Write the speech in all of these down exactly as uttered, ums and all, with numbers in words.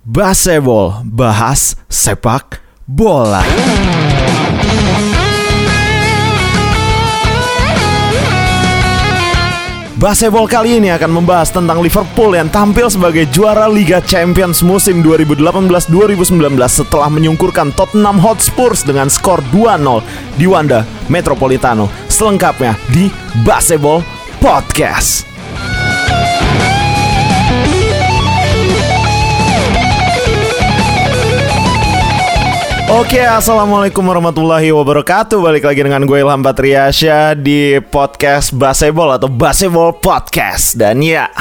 Baseball, bahas sepak bola. Baseball kali ini akan membahas tentang Liverpool yang tampil sebagai juara Liga Champions musim dua ribu delapan belas dua ribu sembilan belas setelah menyungkurkan Tottenham Hotspur dengan skor dua nol di Wanda Metropolitano. Selengkapnya di Baseball Podcast. Oke, assalamualaikum warahmatullahi wabarakatuh. Balik lagi dengan gue Ilham Patriasya di podcast Baseball atau Baseball Podcast. Dan ya,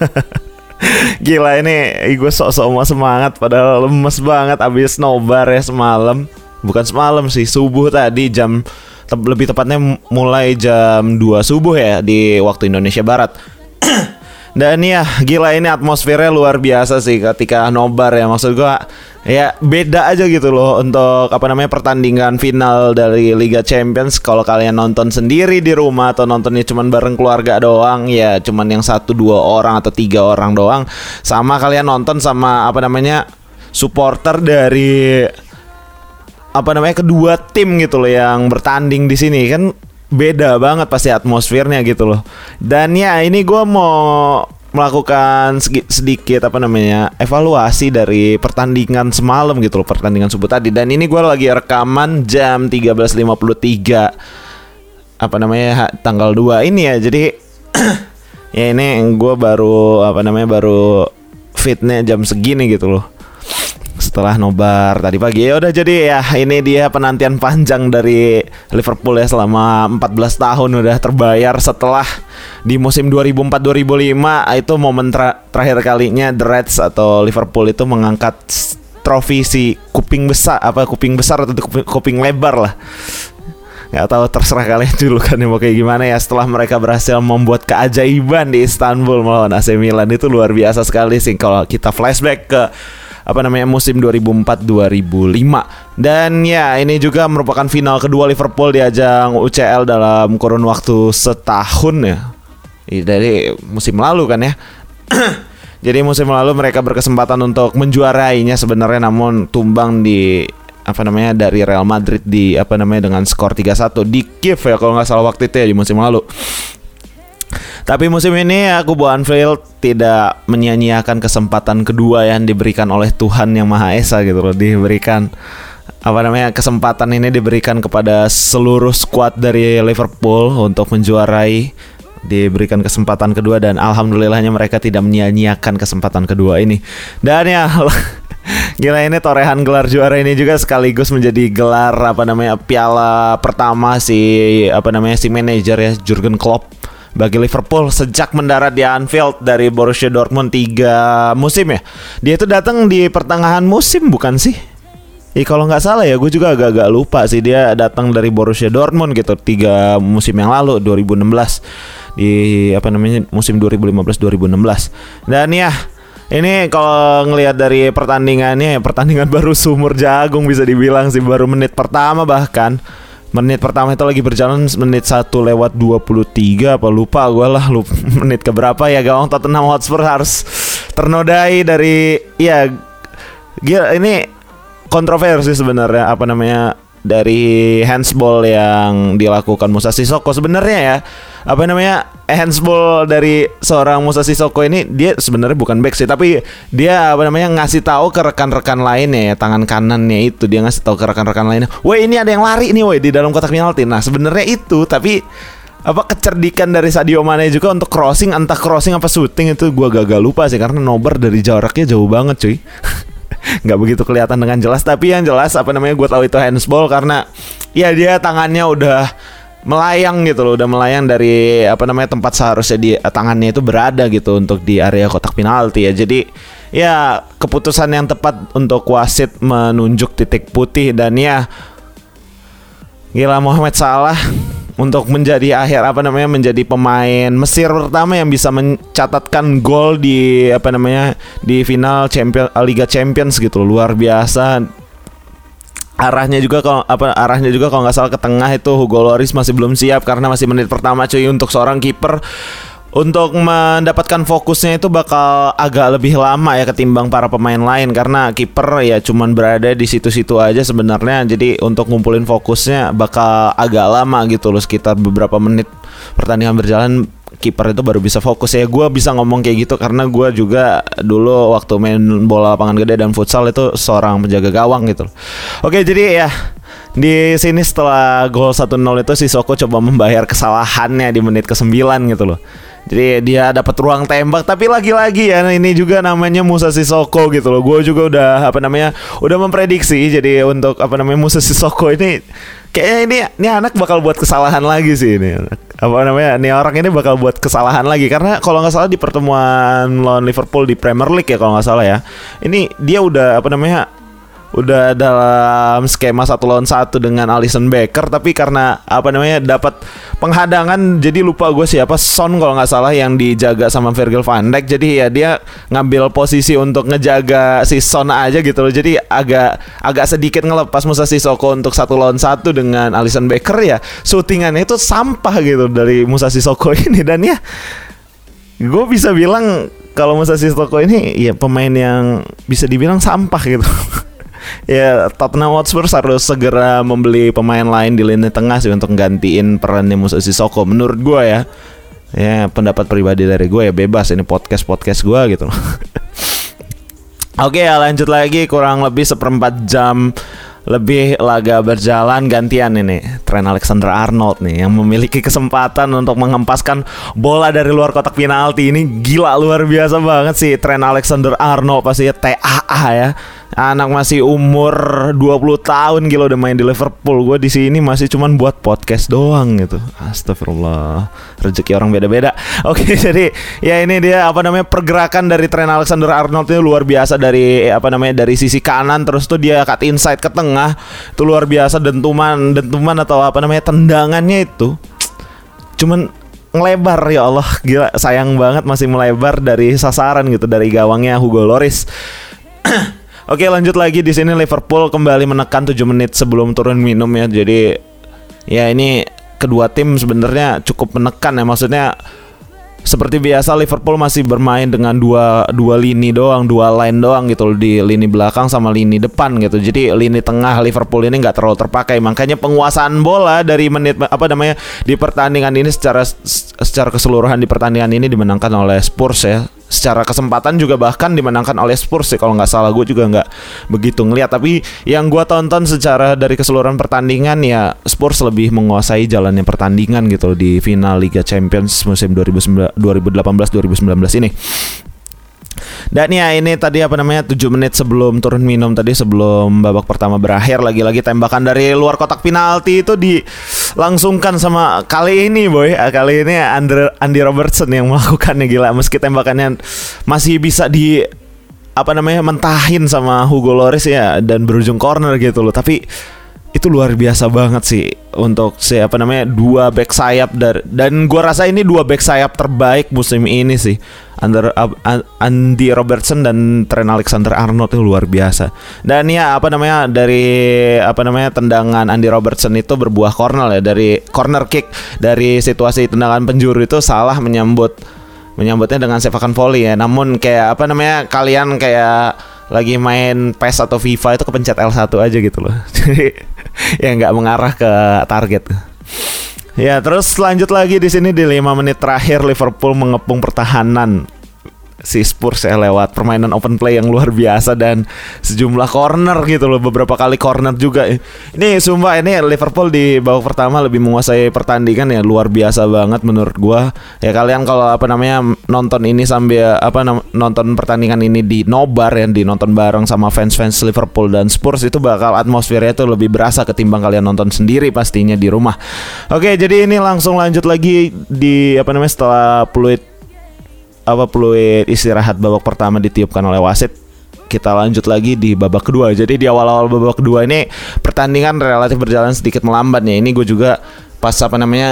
gila ini gue sok-sok mau semangat padahal lemes banget abis nobar ya semalam. Bukan semalam sih, subuh tadi jam te- lebih tepatnya mulai jam dua subuh ya di waktu Indonesia Barat. Dan ya, gila ini atmosfernya luar biasa sih ketika nobar ya. Maksud gue ya beda aja gitu loh untuk apa namanya pertandingan final dari Liga Champions. Kalau kalian nonton sendiri di rumah atau nontonnya cuman bareng keluarga doang, ya cuman yang satu dua orang atau tiga orang doang, sama kalian nonton sama apa namanya supporter dari apa namanya kedua tim gitu loh yang bertanding di sini, kan beda banget pasti atmosfernya gitu loh. Dan ya ini gue mau melakukan sedikit apa namanya evaluasi dari pertandingan semalam gitu loh, pertandingan subuh tadi. Dan ini gue lagi rekaman jam tiga belas lima puluh tiga apa namanya tanggal dua ini ya. Jadi ya ini gue baru apa namanya baru fitnya jam segini gitu loh setelah nobar tadi pagi. Ya udah, jadi ya ini dia penantian panjang dari Liverpool ya selama empat belas tahun udah terbayar setelah di musim dua ribu empat dua ribu lima itu momen tra- terakhir kalinya The Reds atau Liverpool itu mengangkat trofi si kuping besar apa kuping besar atau kuping, kuping lebar lah. Nggak tahu, terserah kalian dulu kan mau kayak gimana ya. Setelah mereka berhasil membuat keajaiban di Istanbul melawan A C Milan, itu luar biasa sekali sih kalau kita flashback ke apa namanya musim dua ribu empat dua ribu lima. Dan ya ini juga merupakan final kedua Liverpool di ajang U C L dalam kurun waktu setahun ya, dari musim lalu kan ya. Jadi musim lalu mereka berkesempatan untuk menjuarainya sebenarnya, namun tumbang di apa namanya dari Real Madrid di apa namanya dengan skor tiga satu di Kiev ya kalau nggak salah waktu itu ya, di musim lalu. Tapi musim ini ya kubu Anfield tidak menyia-nyiakan kesempatan kedua yang diberikan oleh Tuhan Yang Maha Esa gitu loh. Diberikan apa namanya kesempatan ini diberikan kepada seluruh skuad dari Liverpool untuk menjuarai. Diberikan kesempatan kedua dan alhamdulillahnya mereka tidak menyia-nyiakan kesempatan kedua ini. Dan ya gila ini torehan gelar juara ini juga sekaligus menjadi gelar apa namanya piala pertama si apa namanya si manajer ya Jurgen Klopp bagi Liverpool sejak mendarat di Anfield dari Borussia Dortmund tiga musim ya. Dia itu datang di pertengahan musim bukan sih? Ya kalau nggak salah ya, gue juga agak-agak lupa sih. Dia datang dari Borussia Dortmund gitu tiga musim yang lalu, dua ribu enam belas di apa namanya musim dua ribu lima belas dua ribu enam belas. Dan ya ini kalau ngelihat dari pertandingannya, pertandingan baru sumur jagung bisa dibilang sih, baru menit pertama bahkan. Menit pertama itu lagi berjalan menit satu lewat dua puluh tiga apa lupa gue lah lupa menit keberapa ya, gawang Tottenham Hotspur harus ternodai dari ya gila ini kontroversi sebenarnya apa namanya dari handsball yang dilakukan Musa Sissoko sebenarnya ya. Apa namanya handsball dari seorang Musa Sissoko ini, dia sebenarnya bukan back sih, tapi dia apa namanya ngasih tahu ke rekan-rekan lainnya ya, tangan kanannya itu dia ngasih tahu ke rekan-rekan lainnya, "Woi, ini ada yang lari nih woi di dalam kotak penalti." Nah, sebenarnya itu tapi apa kecerdikan dari Sadio Mane juga untuk crossing, entah crossing apa shooting itu gua gagal lupa sih karena nobar dari jaraknya jauh banget cuy. Nggak begitu kelihatan dengan jelas, tapi yang jelas apa namanya gue tahu itu handsball karena ya dia tangannya udah melayang gitu loh, udah melayang dari apa namanya tempat seharusnya di tangannya itu berada gitu untuk di area kotak penalti ya. Jadi ya keputusan yang tepat untuk wasit menunjuk titik putih. Dan ya gila Mohamed Salah untuk menjadi akhir apa namanya menjadi pemain Mesir pertama yang bisa mencatatkan gol di apa namanya di final Champion Liga Champions gitu, luar biasa. Arahnya juga kalau apa arahnya juga kalau nggak salah ke tengah itu Hugo Lloris masih belum siap karena masih menit pertama cuy untuk seorang kiper untuk mendapatkan fokusnya itu bakal agak lebih lama ya ketimbang para pemain lain, karena kiper ya cuman berada di situ-situ aja sebenarnya. Jadi untuk ngumpulin fokusnya bakal agak lama gitu loh, sekitar beberapa menit pertandingan berjalan kiper itu baru bisa fokus ya. Gue bisa ngomong kayak gitu karena gue juga dulu waktu main bola lapangan gede dan futsal itu seorang penjaga gawang gitu. Oke, jadi ya di sini setelah gol satu nol itu Sissoko coba membayar kesalahannya di menit kesembilan gitu loh. Jadi dia dapat ruang tembak, tapi lagi-lagi ya ini juga namanya Moussa Sissoko gitu loh. Gue juga udah apa namanya udah memprediksi jadi untuk apa namanya Moussa Sissoko ini kayaknya ini ini anak bakal buat kesalahan lagi sih ini. Apa namanya ini orang ini bakal buat kesalahan lagi karena kalau nggak salah di pertemuan lawan Liverpool di Premier League ya kalau nggak salah ya. Ini dia udah apa namanya udah dalam skema satu lawan satu dengan Alisson Becker, tapi karena apa namanya dapat penghadangan jadi lupa gue siapa, Son kalau nggak salah yang dijaga sama Virgil van Dijk, jadi ya dia ngambil posisi untuk ngejaga si Son aja gitu loh, jadi agak agak sedikit ngelepas Moussa Sissoko untuk satu lawan satu dengan Alisson Becker. Ya syutingannya itu sampah gitu dari Moussa Sissoko ini, dan ya gue bisa bilang kalau Moussa Sissoko ini ya pemain yang bisa dibilang sampah gitu. Ya Tottenham Hotspur harus segera membeli pemain lain di lini tengah sih untuk gantiin perannya Moussa Sissoko menurut gue ya. Ya pendapat pribadi dari gue ya, bebas ini podcast-podcast gue gitu. Oke ya, lanjut lagi. Kurang lebih seperempat jam lebih laga berjalan, gantian ini Trent Alexander-Arnold nih yang memiliki kesempatan untuk mengempaskan bola dari luar kotak penalti. Ini gila, luar biasa banget sih Trent Alexander-Arnold, pasti ya T A A ya. Anak masih umur dua puluh tahun, gila udah main di Liverpool. Gue di sini masih cuman buat podcast doang gitu. Astagfirullah, rezeki orang beda-beda. Oke, jadi ya ini dia apa namanya pergerakan dari Trent Alexander-Arnold itu luar biasa dari apa namanya dari sisi kanan, terus tuh dia cut inside ke tengah. Itu luar biasa, dentuman dentuman atau apa namanya tendangannya itu cuman ngelebar, ya Allah gila, sayang banget masih melebar dari sasaran gitu, dari gawangnya Hugo Lloris. Oke, lanjut lagi di sini Liverpool kembali menekan tujuh menit sebelum turun minum ya. Jadi ya ini kedua tim sebenarnya cukup menekan ya, maksudnya seperti biasa Liverpool masih bermain dengan dua dua lini doang, dua line doang gitu, di lini belakang sama lini depan gitu. Jadi lini tengah Liverpool ini nggak terlalu terpakai, makanya penguasaan bola dari menit apa namanya di pertandingan ini secara secara keseluruhan di pertandingan ini dimenangkan oleh Spurs ya. Secara kesempatan juga bahkan dimenangkan oleh Spurs sih kalau nggak salah, gue juga nggak begitu ngeliat, tapi yang gue tonton secara dari keseluruhan pertandingan ya Spurs lebih menguasai jalannya pertandingan gitu di final Liga Champions musim dua ribu delapan belas dua ribu sembilan belas ini. Dan ya ini tadi apa namanya tujuh menit sebelum turun minum tadi, sebelum babak pertama berakhir, lagi-lagi tembakan dari luar kotak penalti itu dilangsungkan sama kali ini boy kali ini Andre, Andy Robertson yang melakukannya. Gila, meski tembakannya masih bisa di apa namanya mentahin sama Hugo Lloris ya dan berujung corner gitu loh, tapi itu luar biasa banget sih untuk si apa namanya dua back sayap dari, dan gua rasa ini dua back sayap terbaik musim ini sih, Under, uh, Andy Robertson dan Trent Alexander-Arnold itu luar biasa. Dan ya apa namanya dari apa namanya tendangan Andy Robertson itu berbuah corner ya, dari corner kick dari situasi tendangan penjuru itu salah menyambut menyambutnya dengan sepakan volley ya. Namun kayak apa namanya kalian kayak lagi main P E S atau FIFA itu kepencet L satu aja gitu loh. Jadi ya nggak mengarah ke target. Ya terus lanjut lagi di sini di lima menit terakhir Liverpool mengepung pertahanan si Spurs ya lewat permainan open play yang luar biasa dan sejumlah corner gitu loh, beberapa kali corner juga. Ini sumpah ini Liverpool di babak pertama lebih menguasai pertandingan ya, luar biasa banget menurut gua. Ya kalian kalau apa namanya nonton ini sambil apa nonton pertandingan ini di nobar ya, di nonton bareng sama fans-fans Liverpool dan Spurs, itu bakal atmosfernya itu lebih berasa ketimbang kalian nonton sendiri pastinya di rumah. Oke, jadi ini langsung lanjut lagi di apa namanya setelah peluit apa peluit istirahat babak pertama ditiupkan oleh wasit, kita lanjut lagi di babak kedua. Jadi di awal-awal babak kedua ini pertandingan relatif berjalan sedikit melambat ya. Ini gue juga pas apa namanya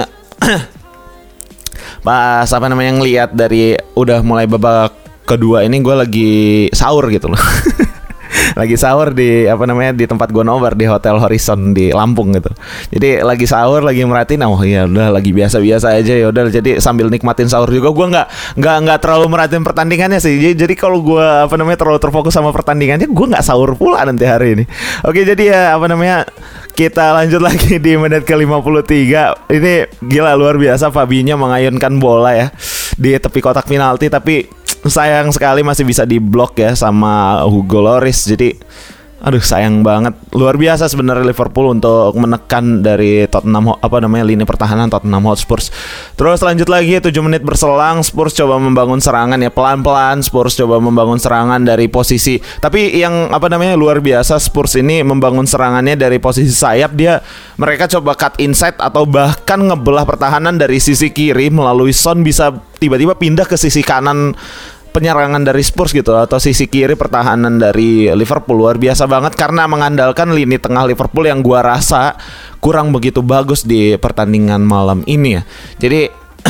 pas apa namanya ngelihat dari udah mulai babak kedua ini gue lagi sahur gitu loh. lagi sahur di apa namanya di tempat gue nobar di Hotel Horizon di Lampung gitu. Jadi lagi sahur lagi merhatiin, oh ya udah lagi biasa-biasa aja ya udah. Jadi sambil nikmatin sahur juga gue nggak nggak nggak terlalu merhatiin pertandingannya sih. Jadi, jadi kalau gue apa namanya terlalu terfokus sama pertandingannya, gue nggak sahur pula nanti hari ini. Oke, jadi ya apa namanya kita lanjut lagi di menit ke lima puluh tiga. Ini gila luar biasa, Fabinho mengayunkan bola ya di tepi kotak penalti, tapi sayang sekali masih bisa diblok ya sama Hugo Lloris. Jadi aduh sayang banget. Luar biasa sebenarnya Liverpool untuk menekan dari Tottenham apa namanya lini pertahanan Tottenham Hotspur. Terus lanjut lagi tujuh menit berselang, Spurs coba membangun serangan ya pelan-pelan. Spurs coba membangun serangan dari posisi, tapi yang apa namanya luar biasa Spurs ini membangun serangannya dari posisi sayap. Dia mereka coba cut inside atau bahkan ngebelah pertahanan dari sisi kiri melalui Son, bisa tiba-tiba pindah ke sisi kanan penyerangan dari Spurs gitu, atau sisi kiri pertahanan dari Liverpool. Luar biasa banget karena mengandalkan lini tengah Liverpool yang gua rasa kurang begitu bagus di pertandingan malam ini ya. Jadi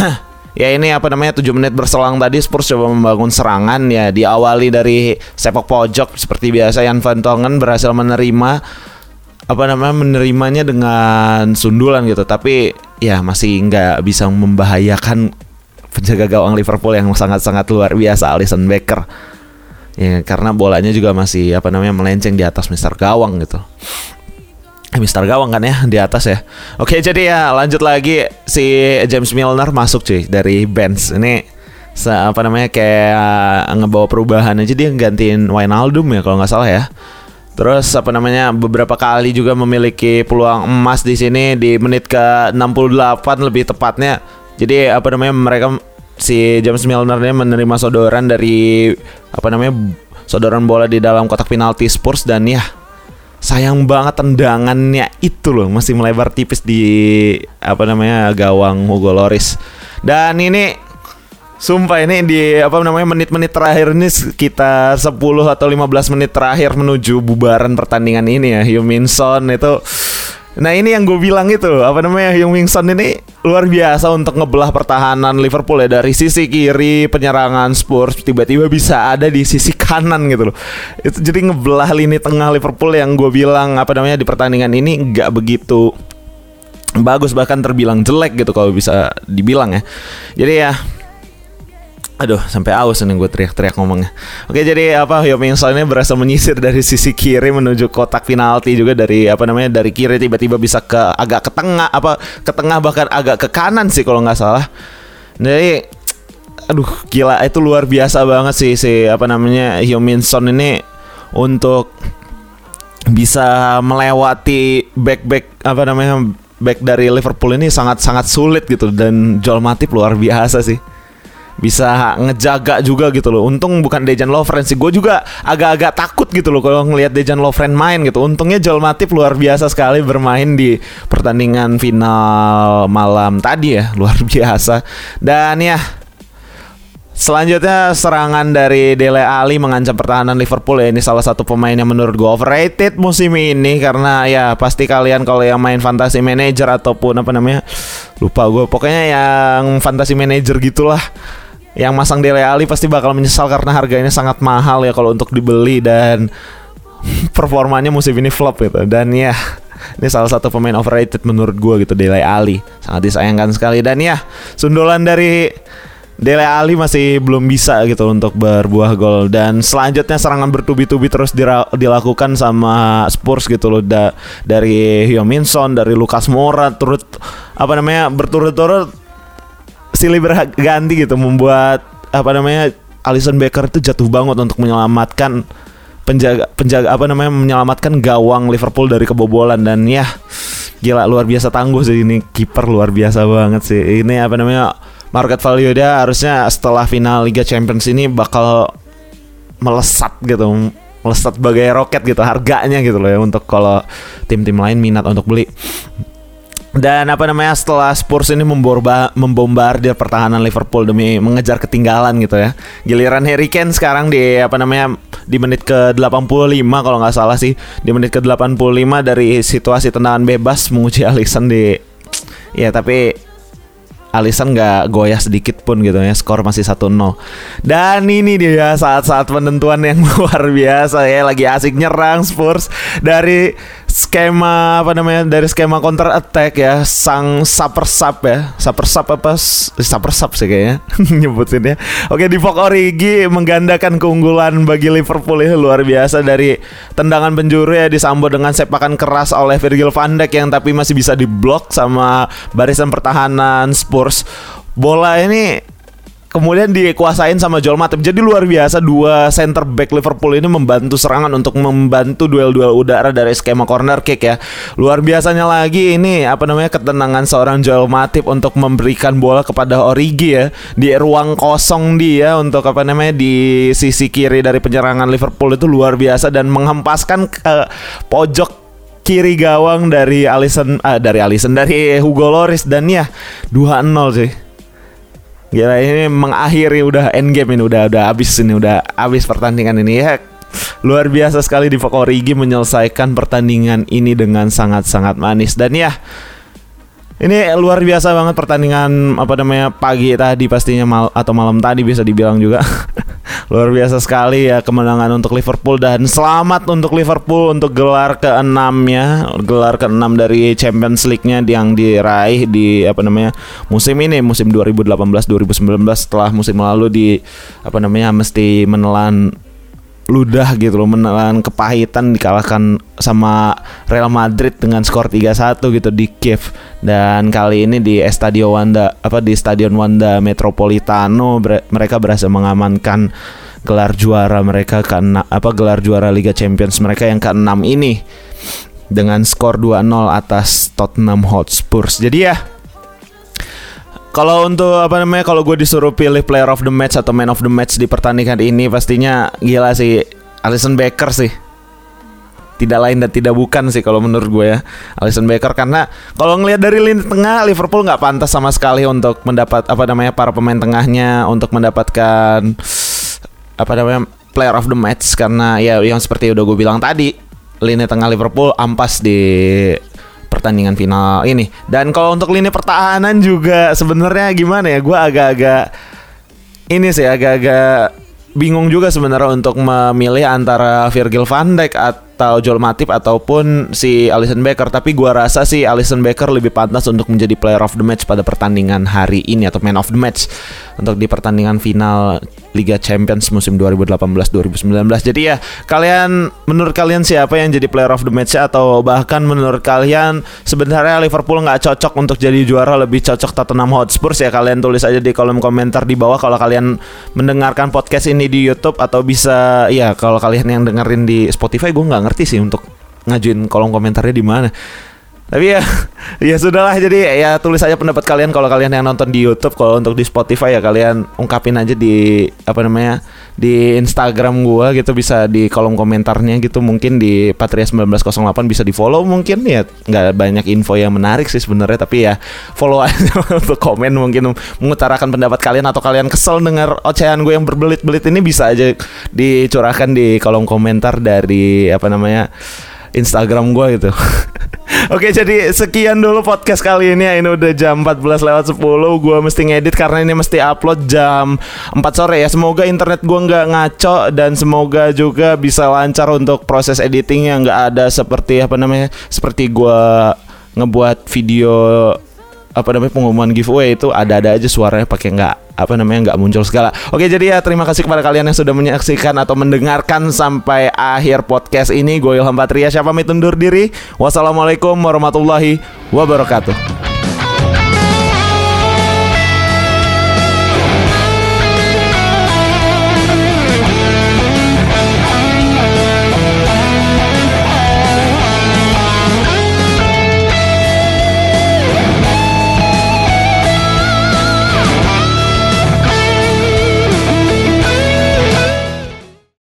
ya ini apa namanya tujuh menit berselang tadi Spurs coba membangun serangan ya, diawali dari sepak pojok seperti biasa. Jan Vertonghen berhasil menerima apa namanya menerimanya dengan sundulan gitu, tapi ya masih nggak bisa membahayakan penjaga gawang Liverpool yang sangat-sangat luar biasa, Alisson Becker. Ya, karena bolanya juga masih apa namanya melenceng di atas Mister Gawang gitu. Eh, Mister Gawang kan ya di atas ya. Oke, jadi ya lanjut lagi si James Milner masuk cuy dari bench. Ini apa namanya kayak ngebawa perubahan aja, dia gantiin Wijnaldum ya kalau nggak salah ya. Terus apa namanya beberapa kali juga memiliki peluang emas di sini di menit ke enam puluh delapan lebih tepatnya. Jadi apa namanya mereka si James Milner ini menerima sodoran dari apa namanya sodoran bola di dalam kotak penalti Spurs, dan ya sayang banget tendangannya itu loh masih melebar tipis di apa namanya gawang Hugo Lloris. Dan ini sumpah ini di apa namanya menit-menit terakhir ini sekitar sepuluh atau lima belas menit terakhir menuju bubaran pertandingan ini ya, Heung-min Son itu. Nah ini yang gue bilang itu apa namanya Heung-min Son ini luar biasa untuk ngebelah pertahanan Liverpool ya, dari sisi kiri penyerangan Spurs tiba-tiba bisa ada di sisi kanan gitu loh. Itu jadi ngebelah lini tengah Liverpool yang gue bilang apa namanya di pertandingan ini nggak begitu bagus, bahkan terbilang jelek gitu kalau bisa dibilang ya. Jadi ya aduh sampai aus nih gue teriak-teriak ngomongnya. Oke, jadi apa Heung-min Son ini berhasil menyisir dari sisi kiri menuju kotak penalti juga dari apa namanya dari kiri tiba-tiba bisa ke agak ke tengah apa ke tengah bahkan agak ke kanan sih kalau nggak salah. Jadi aduh gila itu luar biasa banget sih si apa namanya Heung-min Son ini untuk bisa melewati back-back apa namanya back dari Liverpool ini sangat-sangat sulit gitu, dan Joel Matip luar biasa sih. Bisa ngejaga juga gitu loh. Untung bukan Dejan Lovren sih. Gue juga agak-agak takut gitu loh kalau ngelihat Dejan Lovren main gitu. Untungnya Joel Matip luar biasa sekali bermain di pertandingan final malam tadi ya. Luar biasa. Dan ya selanjutnya serangan dari Dele Alli mengancam pertahanan Liverpool ya. Ini salah satu pemain yang menurut gue overrated musim ini, karena ya pasti kalian kalau yang main Fantasy Manager ataupun apa namanya lupa gue, pokoknya yang Fantasy Manager gitulah, yang masang Dele Alli pasti bakal menyesal karena harganya sangat mahal ya kalau untuk dibeli, dan performanya musim ini flop gitu. Dan ya ini salah satu pemain overrated menurut gue gitu, Dele Alli sangat disayangkan sekali. Dan ya sundulan dari Dele Alli masih belum bisa gitu untuk berbuah gol. Dan selanjutnya serangan bertubi-tubi terus dira- dilakukan sama Spurs gitu loh, da- dari Heung-min Son, dari Lucas Moura, turut apa namanya berturut-turut silih berganti gitu, membuat apa namanya Alisson Becker itu jatuh banget untuk menyelamatkan penjaga penjaga apa namanya menyelamatkan gawang Liverpool dari kebobolan. Dan ya gila luar biasa tangguh sih ini kiper, luar biasa banget sih. Ini apa namanya market value dia harusnya setelah final Liga Champions ini bakal melesat gitu, melesat bagai roket gitu harganya gitu loh ya, untuk kalau tim-tim lain minat untuk beli. Dan apa namanya setelah Spurs ini memborba, membombardir pertahanan Liverpool demi mengejar ketinggalan gitu ya, giliran Harry Kane sekarang di apa namanya di menit ke delapan puluh lima kalau nggak salah sih, di menit ke delapan puluh lima dari situasi tendangan bebas menguji Alisson di ya, tapi Alisson nggak goyah sedikit pun gitu ya, skor masih satu nol. Dan ini dia saat-saat penentuan yang luar biasa ya, lagi asik nyerang Spurs dari skema apa namanya dari skema counter attack ya, sang super sub ya, super sub apa super sub sih kayaknya nyebutin ya. Oke, Divock Origi menggandakan keunggulan bagi Liverpool ya, luar biasa dari tendangan penjuru ya, disambut dengan sepakan keras oleh Virgil van Dijk yang tapi masih bisa diblok sama barisan pertahanan Spurs. Bola ini kemudian dikuasain sama Joel Matip. Jadi luar biasa dua center back Liverpool ini membantu serangan untuk membantu duel-duel udara dari skema corner kick ya. Luar biasanya lagi ini apa namanya ketenangan seorang Joel Matip untuk memberikan bola kepada Origi ya di ruang kosong dia untuk apa namanya di sisi kiri dari penyerangan Liverpool itu luar biasa dan menghempaskan ke pojok kiri gawang dari Alisson ah, dari Alisson dari Hugo Lloris dan ya dua nol sih. Gila, ini mengakhiri udah end game ini, udah udah habis ini, udah habis pertandingan ini ya. Luar biasa sekali Divock Origi menyelesaikan pertandingan ini dengan sangat-sangat manis. Dan ya ini luar biasa banget pertandingan apa namanya pagi tadi pastinya mal, atau malam tadi bisa dibilang juga. Luar biasa sekali ya kemenangan untuk Liverpool dan selamat untuk Liverpool untuk gelar keenamnya, gelar keenam dari Champions League-nya yang diraih di apa namanya musim ini, musim dua ribu delapan belas dua ribu sembilan belas setelah musim lalu di apa namanya mesti menelan ludah gitu loh, menelan kepahitan dikalahkan sama Real Madrid dengan skor tiga satu gitu di Kiev. Dan kali ini di Estadio Wanda apa di Stadion Wanda Metropolitano ber- mereka berhasil mengamankan gelar juara mereka keenam, apa gelar juara Liga Champions mereka yang keenam ini dengan skor dua nol atas Tottenham Hotspur. Jadi ya kalau untuk apa namanya kalau gue disuruh pilih player of the match atau man of the match di pertandingan ini pastinya gila sih Alisson Becker sih. Tidak lain dan tidak bukan sih kalau menurut gue ya, Alisson Becker, karena kalau ngelihat dari lini tengah Liverpool nggak pantas sama sekali untuk mendapat apa namanya para pemain tengahnya untuk mendapatkan apa namanya player of the match, karena ya yang seperti udah gue bilang tadi lini tengah Liverpool ampas di pertandingan final ini. Dan kalau untuk lini pertahanan juga sebenarnya gimana ya, gue agak-agak ini sih agak-agak bingung juga sebenarnya untuk memilih antara Virgil van Dijk atau Joel Matip ataupun si Alisson Becker. Tapi gue rasa sih Alisson Becker lebih pantas untuk menjadi player of the match pada pertandingan hari ini atau man of the match untuk di pertandingan final Liga Champions musim dua ribu delapan belas dua ribu sembilan belas. Jadi ya kalian, menurut kalian siapa yang jadi player of the match, atau bahkan menurut kalian sebenarnya Liverpool nggak cocok untuk jadi juara, lebih cocok Tottenham Hotspur ya? Kalian tulis aja di kolom komentar di bawah kalau kalian mendengarkan podcast ini di YouTube, atau bisa ya kalau kalian yang dengerin di Spotify, gue nggak ngerti sih untuk ngajuin kolom komentarnya di mana. Tapi ya, ya sudahlah. Jadi ya tulis aja pendapat kalian kalau kalian yang nonton di YouTube. Kalau untuk di Spotify ya kalian ungkapin aja di apa namanya di Instagram gua gitu, bisa di kolom komentarnya gitu. Mungkin di Patria sembilan belas nol delapan bisa di follow. Mungkin ya nggak banyak info yang menarik sih sebenarnya, tapi ya follow aja untuk komen, mungkin mengutarakan pendapat kalian, atau kalian kesel dengar ocehan gue yang berbelit-belit ini bisa aja dicurahkan di kolom komentar dari apa namanya Instagram gue gitu. Oke, jadi sekian dulu podcast kali ini ya. Ini udah jam empat belas lewat sepuluh. Gue mesti ngedit karena ini mesti upload jam empat sore ya. Semoga internet gue gak ngaco, dan semoga juga bisa lancar untuk proses editingnya, gak ada seperti apa namanya seperti gue ngebuat video apa namanya pengumuman giveaway itu ada-ada aja suaranya pakai nggak apa namanya nggak muncul segala. Oke, jadi ya terima kasih kepada kalian yang sudah menyaksikan atau mendengarkan sampai akhir podcast ini. Gue Ilham Patria, siapa pamit undur diri. Wassalamualaikum warahmatullahi wabarakatuh.